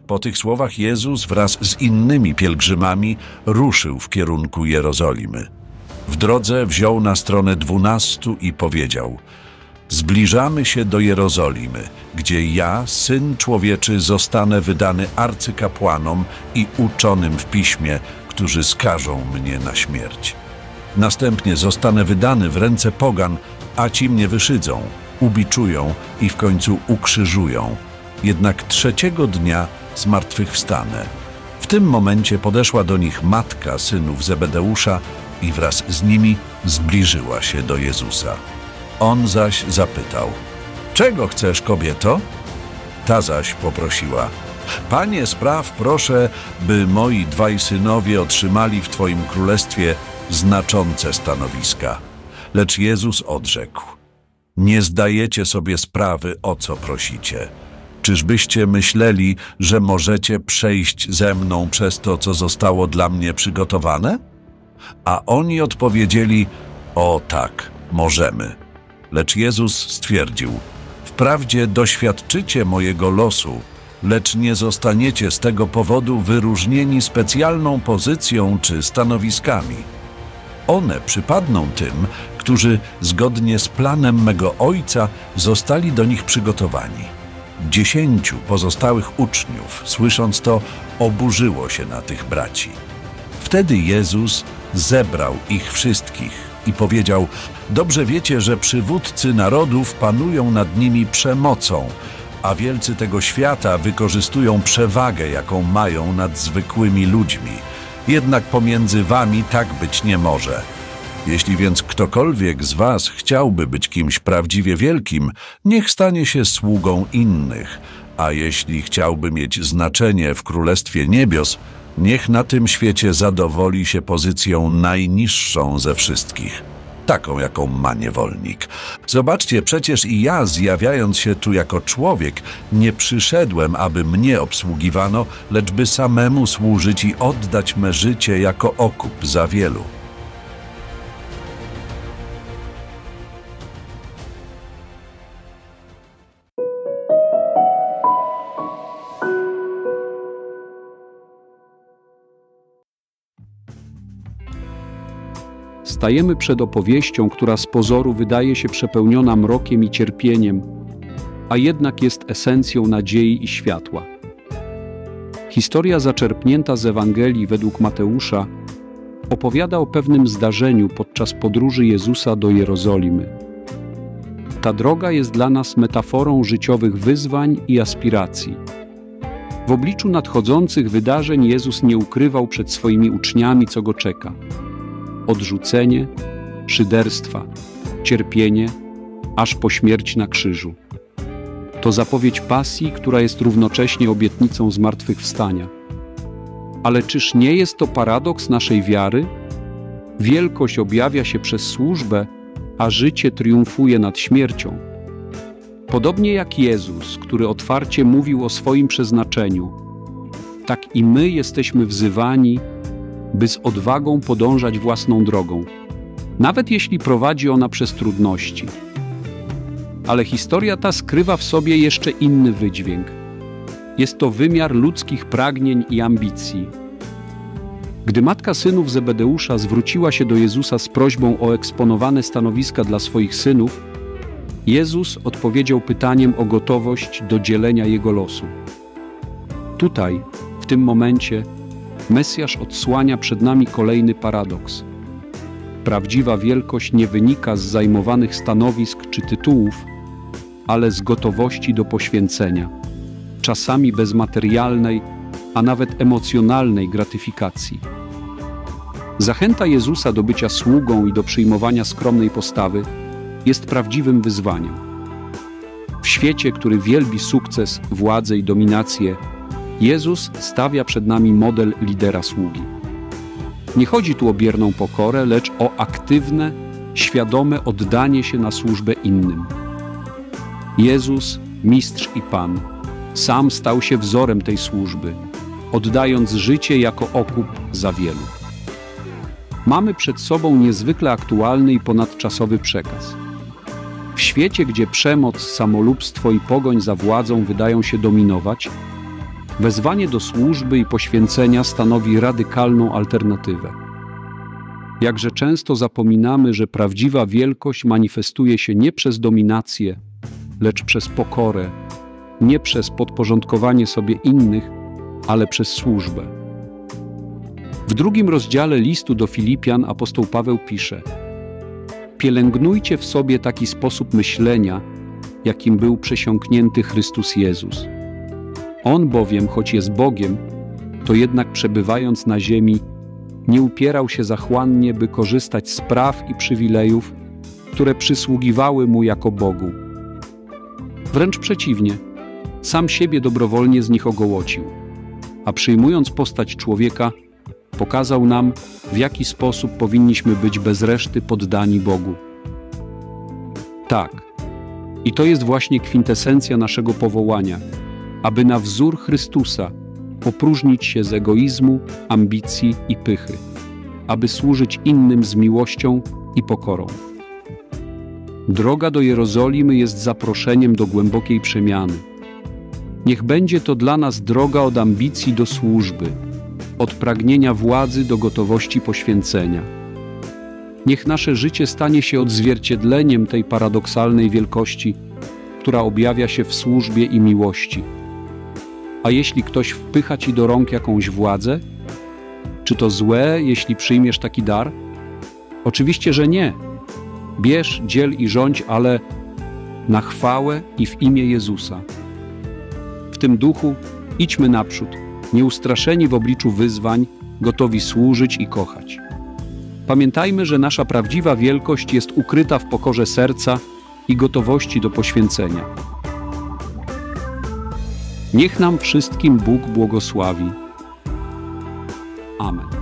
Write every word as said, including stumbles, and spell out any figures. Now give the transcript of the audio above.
Po tych słowach Jezus wraz z innymi pielgrzymami ruszył w kierunku Jerozolimy. W drodze wziął na stronę dwunastu i powiedział: zbliżamy się do Jerozolimy, gdzie ja, Syn Człowieczy, zostanę wydany arcykapłanom i uczonym w piśmie, którzy skażą mnie na śmierć. Następnie zostanę wydany w ręce pogan, a ci mnie wyszydzą, ubiczują i w końcu ukrzyżują. Jednak trzeciego dnia zmartwychwstanę. W tym momencie podeszła do nich matka synów Zebedeusza i wraz z nimi zbliżyła się do Jezusa. On zaś zapytał: czego chcesz, kobieto? Ta zaś poprosiła: Panie, spraw proszę, by moi dwaj synowie otrzymali w Twoim królestwie znaczące stanowiska. Lecz Jezus odrzekł: nie zdajecie sobie sprawy, o co prosicie. Czyżbyście myśleli, że możecie przejść ze mną przez to, co zostało dla mnie przygotowane? A oni odpowiedzieli: o tak, możemy. Lecz Jezus stwierdził: wprawdzie doświadczycie mojego losu, lecz nie zostaniecie z tego powodu wyróżnieni specjalną pozycją czy stanowiskami. One przypadną tym, którzy zgodnie z planem mego Ojca zostali do nich przygotowani. Dziesięciu pozostałych uczniów, słysząc to, oburzyło się na tych braci. Wtedy Jezus zebrał ich wszystkich i powiedział: dobrze wiecie, że przywódcy narodów panują nad nimi przemocą, a wielcy tego świata wykorzystują przewagę, jaką mają nad zwykłymi ludźmi. Jednak pomiędzy wami tak być nie może. Jeśli więc ktokolwiek z was chciałby być kimś prawdziwie wielkim, niech stanie się sługą innych, a jeśli chciałby mieć znaczenie w Królestwie Niebios, niech na tym świecie zadowoli się pozycją najniższą ze wszystkich, taką, jaką ma niewolnik. Zobaczcie, przecież i ja, zjawiając się tu jako człowiek, nie przyszedłem, aby mnie obsługiwano, lecz by samemu służyć i oddać me życie jako okup za wielu. Stajemy przed opowieścią, która z pozoru wydaje się przepełniona mrokiem i cierpieniem, a jednak jest esencją nadziei i światła. Historia zaczerpnięta z Ewangelii według Mateusza opowiada o pewnym zdarzeniu podczas podróży Jezusa do Jerozolimy. Ta droga jest dla nas metaforą życiowych wyzwań i aspiracji. W obliczu nadchodzących wydarzeń Jezus nie ukrywał przed swoimi uczniami, co go czeka. Odrzucenie, szyderstwa, cierpienie, aż po śmierć na krzyżu. To zapowiedź pasji, która jest równocześnie obietnicą zmartwychwstania. Ale czyż nie jest to paradoks naszej wiary? Wielkość objawia się przez służbę, a życie triumfuje nad śmiercią. Podobnie jak Jezus, który otwarcie mówił o swoim przeznaczeniu, tak i my jesteśmy wzywani, by z odwagą podążać własną drogą, nawet jeśli prowadzi ona przez trudności. Ale historia ta skrywa w sobie jeszcze inny wydźwięk. Jest to wymiar ludzkich pragnień i ambicji. Gdy matka synów Zebedeusza zwróciła się do Jezusa z prośbą o eksponowane stanowiska dla swoich synów, Jezus odpowiedział pytaniem o gotowość do dzielenia jego losu. Tutaj, w tym momencie, Mesjasz odsłania przed nami kolejny paradoks. Prawdziwa wielkość nie wynika z zajmowanych stanowisk czy tytułów, ale z gotowości do poświęcenia, czasami bez materialnej, a nawet emocjonalnej gratyfikacji. Zachęta Jezusa do bycia sługą i do przyjmowania skromnej postawy jest prawdziwym wyzwaniem. W świecie, który wielbi sukces, władzę i dominację, Jezus stawia przed nami model lidera sługi. Nie chodzi tu o bierną pokorę, lecz o aktywne, świadome oddanie się na służbę innym. Jezus, Mistrz i Pan, sam stał się wzorem tej służby, oddając życie jako okup za wielu. Mamy przed sobą niezwykle aktualny i ponadczasowy przekaz. W świecie, gdzie przemoc, samolubstwo i pogoń za władzą wydają się dominować, Wezwanie do służby i poświęcenia stanowi radykalną alternatywę. Jakże często zapominamy, że prawdziwa wielkość manifestuje się nie przez dominację, lecz przez pokorę, nie przez podporządkowanie sobie innych, ale przez służbę. W drugim rozdziale listu do Filipian apostoł Paweł pisze: pielęgnujcie w sobie taki sposób myślenia, jakim był przesiąknięty Chrystus Jezus. On bowiem, choć jest Bogiem, to jednak przebywając na ziemi, nie upierał się zachłannie, by korzystać z praw i przywilejów, które przysługiwały mu jako Bogu. Wręcz przeciwnie, sam siebie dobrowolnie z nich ogołocił, a przyjmując postać człowieka, pokazał nam, w jaki sposób powinniśmy być bez reszty poddani Bogu. Tak, i to jest właśnie kwintesencja naszego powołania, aby na wzór Chrystusa opróżnić się z egoizmu, ambicji i pychy, aby służyć innym z miłością i pokorą. Droga do Jerozolimy jest zaproszeniem do głębokiej przemiany. Niech będzie to dla nas droga od ambicji do służby, od pragnienia władzy do gotowości poświęcenia. Niech nasze życie stanie się odzwierciedleniem tej paradoksalnej wielkości, która objawia się w służbie i miłości. A jeśli ktoś wpycha ci do rąk jakąś władzę, czy to złe, jeśli przyjmiesz taki dar? Oczywiście, że nie. Bierz, dziel i rządź, ale na chwałę i w imię Jezusa. W tym duchu idźmy naprzód, nieustraszeni w obliczu wyzwań, gotowi służyć i kochać. Pamiętajmy, że nasza prawdziwa wielkość jest ukryta w pokorze serca i gotowości do poświęcenia. Niech nam wszystkim Bóg błogosławi. Amen.